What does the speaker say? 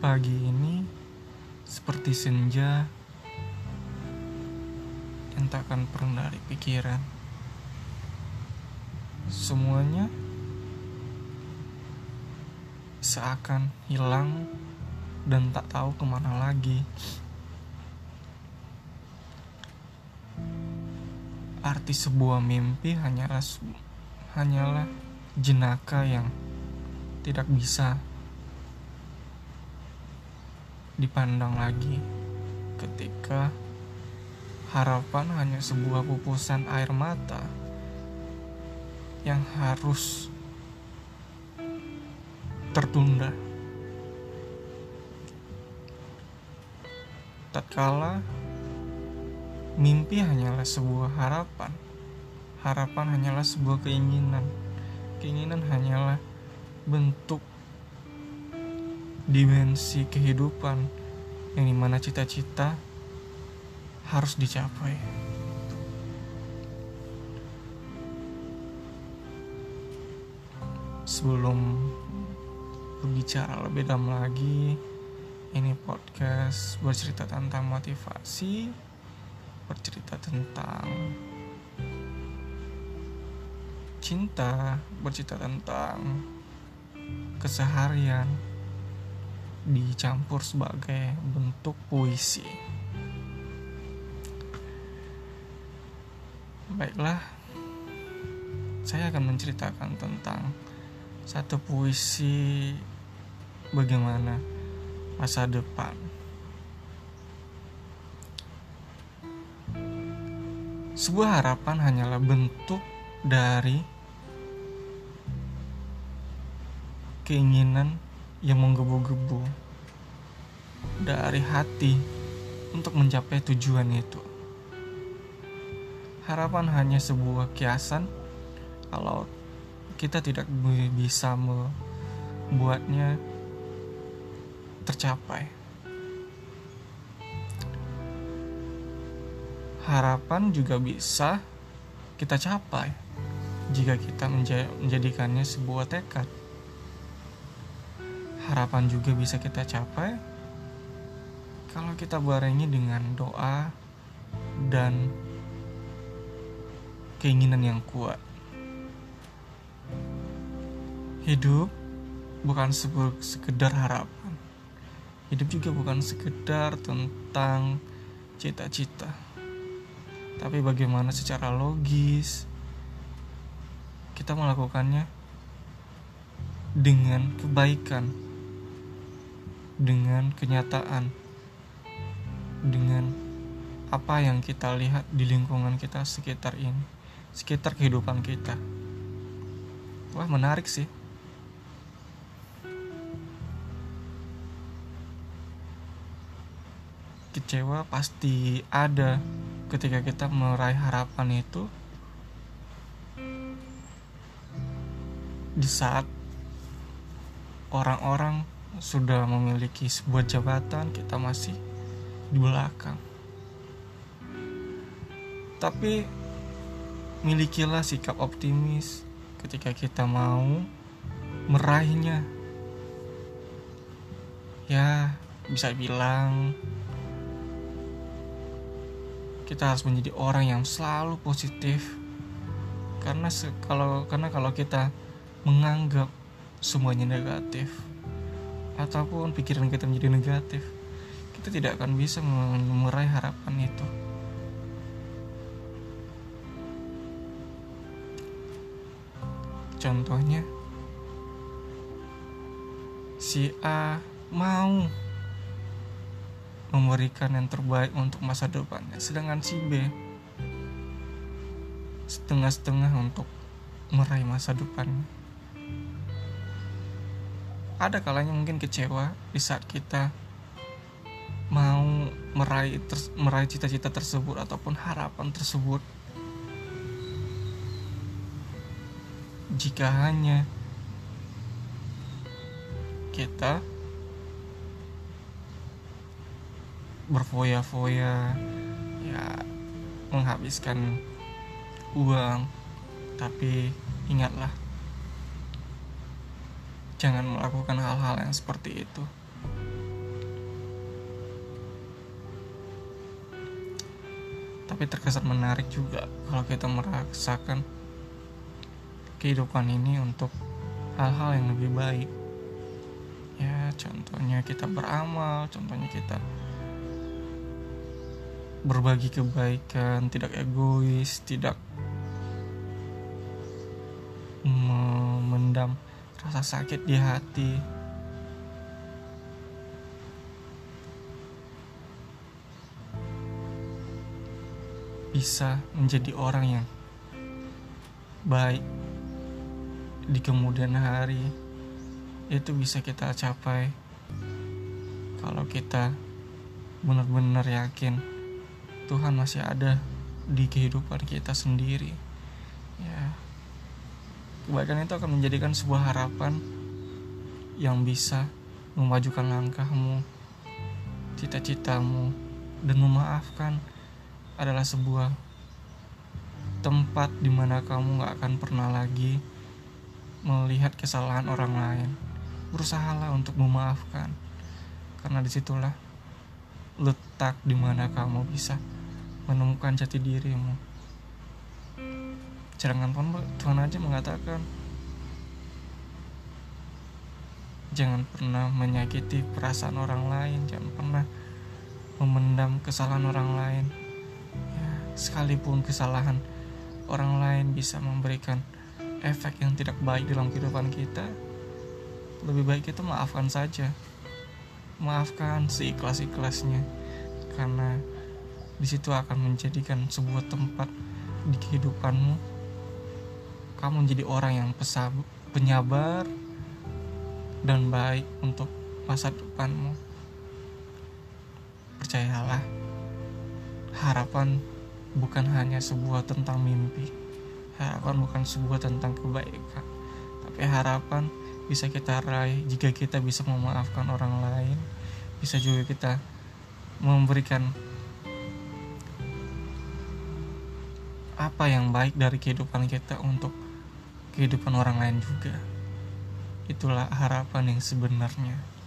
Pagi ini seperti senja yang takkan pernah dari pikiran. Semuanya seakan hilang dan tak tahu kemana lagi. Arti sebuah mimpi hanyalah jenaka yang tidak bisa dipandang lagi ketika harapan hanya sebuah pupusan air mata yang harus tertunda. Tatkala mimpi hanyalah sebuah harapan hanyalah sebuah keinginan hanyalah bentuk dimensi kehidupan yang dimana cita-cita harus dicapai. Sebelum berbicara lebih dalam lagi, ini podcast bercerita tentang motivasi, bercerita tentang cinta, bercerita tentang keseharian, dicampur sebagai bentuk puisi. Baiklah, saya akan menceritakan tentang satu puisi bagaimana masa depan. Sebuah harapan hanyalah bentuk dari keinginan yang menggebu-gebu dari hati untuk mencapai tujuan itu. Harapan hanya sebuah kiasan kalau kita tidak bisa membuatnya tercapai. Harapan juga bisa kita capai jika kita menjadikannya sebuah tekad. Harapan juga bisa kita capai kalau kita barengi dengan doa dan keinginan yang kuat. Hidup bukan sekedar harapan. Hidup juga bukan sekedar tentang cita-cita. Tapi bagaimana secara logis kita melakukannya dengan kebaikan, dengan kenyataan, dengan apa yang kita lihat di lingkungan kita sekitar ini, sekitar kehidupan kita. Wah, menarik sih. Kecewa pasti ada ketika kita meraih harapan itu di saat orang-orang sudah memiliki sebuah jabatan, kita masih di belakang. Tapi milikilah sikap optimis ketika kita mau meraihnya. Ya, bisa bilang kita harus menjadi orang yang selalu positif. Karena kalau kita menganggap semuanya negatif ataupun pikiran kita menjadi negatif, kita tidak akan bisa meraih harapan itu. Contohnya, si A mau memberikan yang terbaik untuk masa depannya, sedangkan si B setengah-setengah untuk meraih masa depannya. Ada kalanya mungkin kecewa di saat kita mau meraih cita-cita tersebut ataupun harapan tersebut. Jika hanya kita berfoya-foya, ya menghabiskan uang, tapi ingatlah, jangan melakukan hal-hal yang seperti itu. tapi terkesan menarik juga kalau kita merasakan kehidupan ini untuk hal-hal yang lebih baik. Ya, contohnya kita beramal, contohnya kita berbagi kebaikan, tidak egois, tidak memendam rasa sakit di hati. Bisa menjadi orang yang baik di kemudian hari, itu bisa kita capai kalau kita benar-benar yakin Tuhan masih ada di kehidupan kita sendiri. Ya, kebaikan itu akan menjadikan sebuah harapan yang bisa memajukan langkahmu, cita-citamu, dan memaafkan adalah sebuah tempat di mana kamu gak akan pernah lagi melihat kesalahan orang lain. Berusahalah untuk memaafkan, karena disitulah letak di mana kamu bisa menemukan jati dirimu. Jangan Tuhan aja mengatakan, jangan pernah menyakiti perasaan orang lain, jangan pernah memendam kesalahan orang lain. Ya, sekalipun kesalahan orang lain bisa memberikan efek yang tidak baik dalam kehidupan kita, lebih baik kita maafkan saja. Maafkan seikhlas-ikhlasnya, karena di situ akan menjadikan sebuah tempat di kehidupanmu. Kamu menjadi orang yang penyabar dan baik untuk masa depanmu. Percayalah, harapan bukan hanya sebuah tentang mimpi. Harapan bukan sebuah tentang kebaikan, tapi harapan bisa kita raih jika kita bisa memaafkan orang lain. Bisa juga kita memberikan apa yang baik dari kehidupan kita untuk kehidupan orang lain juga. Itulah harapan yang sebenarnya.